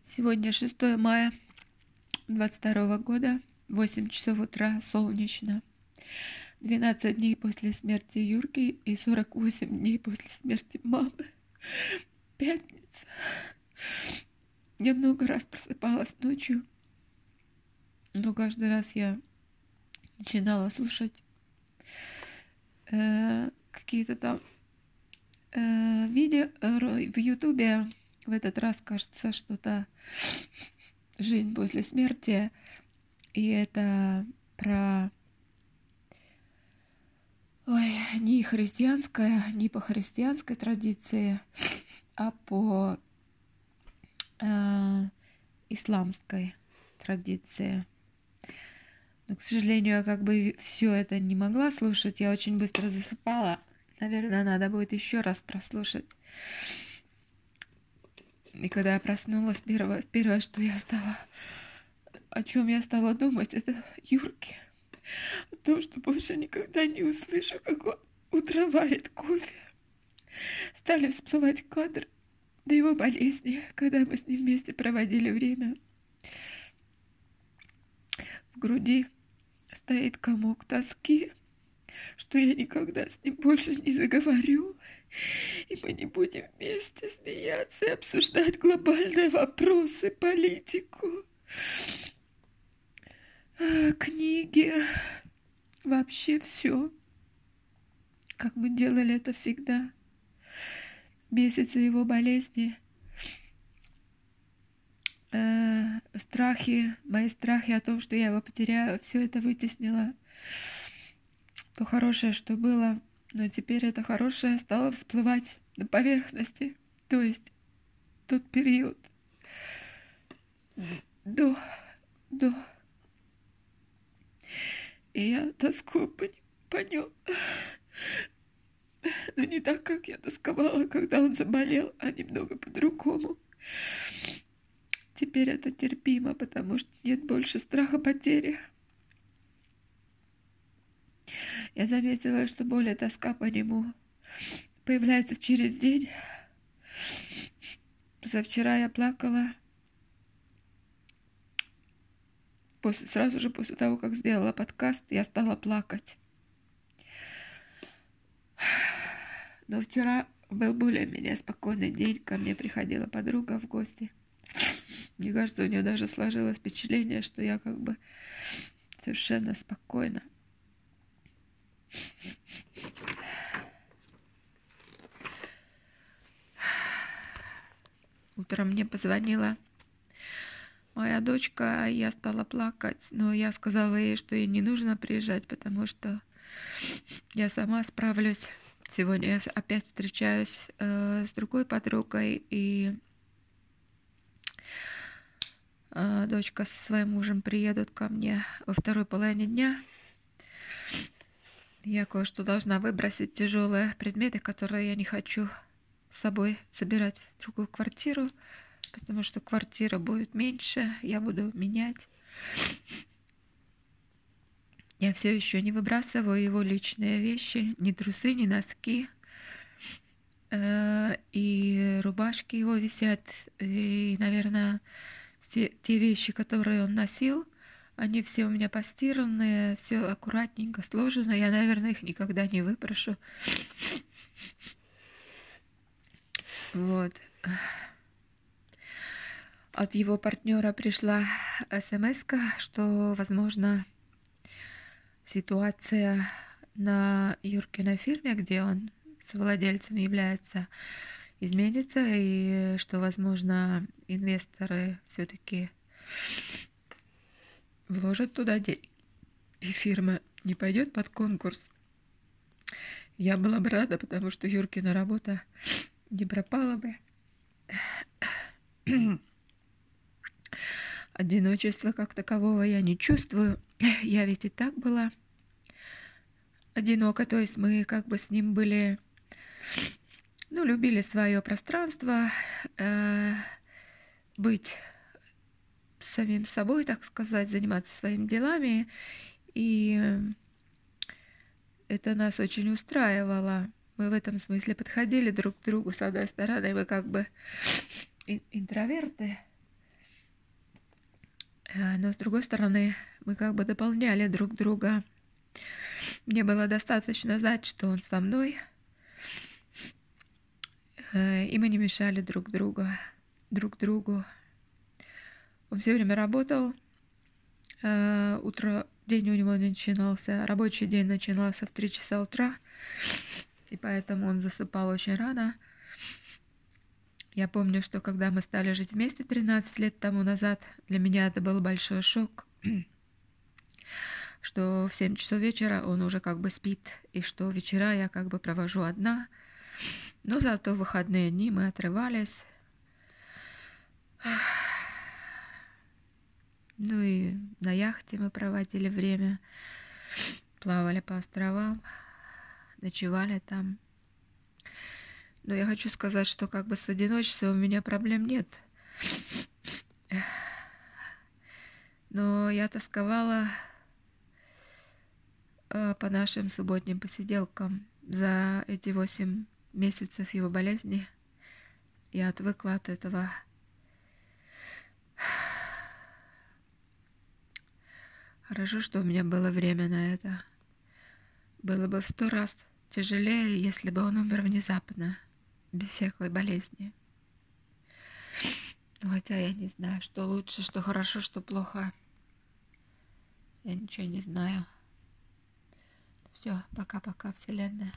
Сегодня 6 мая 22 года, 8 часов утра, солнечно. 12 дней после смерти Юрки и 48 дней после смерти мамы. Пятница. Я много раз просыпалась ночью, но каждый раз я начинала слушать какие-то там видео в Ютубе. В этот раз, кажется, что-то «Жизнь после смерти», и это про не христианская, не по христианской традиции, а по исламской традиции. Но, к сожалению, я как бы все это не могла слушать. Я очень быстро засыпала. Наверное, надо будет еще раз прослушать. И когда я проснулась, первое, что я стала, о чем я стала думать, это Юрке. О том, что больше никогда не услышу, как он утром варит кофе. Стали всплывать кадры до его болезни, когда мы с ним вместе проводили время. В груди стоит комок тоски, что я никогда с ним больше не заговорю, и мы не будем вместе смеяться и обсуждать глобальные вопросы, политику, книги, вообще все, как мы делали это всегда. Месяцы его болезни, мои страхи о том, что я его потеряю, все это вытеснило то хорошее, что было, но теперь это хорошее стало всплывать на поверхности, то есть тот период до. И я тоскую по нем. Но не так, как я тосковала, когда он заболел, а немного по-другому. Теперь это терпимо, потому что нет больше страха потери. Я заметила, что боль и тоска по нему появляется через день. Позавчера я плакала. Сразу же после того, как сделала подкаст, я стала плакать. Но вчера был более-менее спокойный день. Ко мне приходила подруга в гости. Мне кажется, у нее даже сложилось впечатление, что я как бы совершенно спокойна. Утром мне позвонила моя дочка, и я стала плакать. Но я сказала ей, что ей не нужно приезжать, потому что я сама справлюсь. Сегодня я опять встречаюсь с другой подругой, и дочка со своим мужем приедут ко мне во второй половине дня. Я кое-что должна выбросить, тяжелые предметы, которые я не хочу с собой забирать в другую квартиру, потому что квартира будет меньше, я буду менять. Я все еще не выбрасываю его личные вещи, ни трусы, ни носки. И рубашки его висят, и, наверное, те вещи, которые он носил, они все у меня постиранные, все аккуратненько сложено. Я, наверное, их никогда не выброшу. Вот. От его партнера пришла смс-ка, что, возможно, ситуация на Юркиной фирме, где он совладельцем является, изменится, и что, возможно, инвесторы все-таки вложат туда деньги, и фирма не пойдет под конкурс. Я была бы рада, потому что Юркина работа не пропала бы. Одиночества как такового я не чувствую. Я ведь и так была одинока, то есть мы как бы с ним были, любили свое пространство, быть самим собой, так сказать, заниматься своими делами, и это нас очень устраивало. Мы в этом смысле подходили друг к другу. С одной стороны, мы как бы интроверты, Но с другой стороны, мы как бы дополняли друг друга. Мне было достаточно знать, что он со мной, и мы не мешали друг другу. Он все время работал. День у него начинался, рабочий день начинался в 3 часа утра, и поэтому он засыпал очень рано. Я помню, что когда мы стали жить вместе 13 лет тому назад, для меня это был большой шок, что в 7 часов вечера он уже как бы спит, и что вечера я как бы провожу одна. Но зато в выходные дни мы отрывались. Ну и на яхте мы проводили время, плавали по островам, ночевали там. Но я хочу сказать, что как бы с одиночеством у меня проблем нет. Но я тосковала по нашим субботним посиделкам. За эти 8 месяцев его болезни я отвыкла от этого. Хорошо, что у меня было время на это. Было бы в 100 раз тяжелее, если бы он умер внезапно, без всякой болезни. Но хотя я не знаю, что лучше, что хорошо, что плохо. Я ничего не знаю. Все, пока-пока, Вселенная.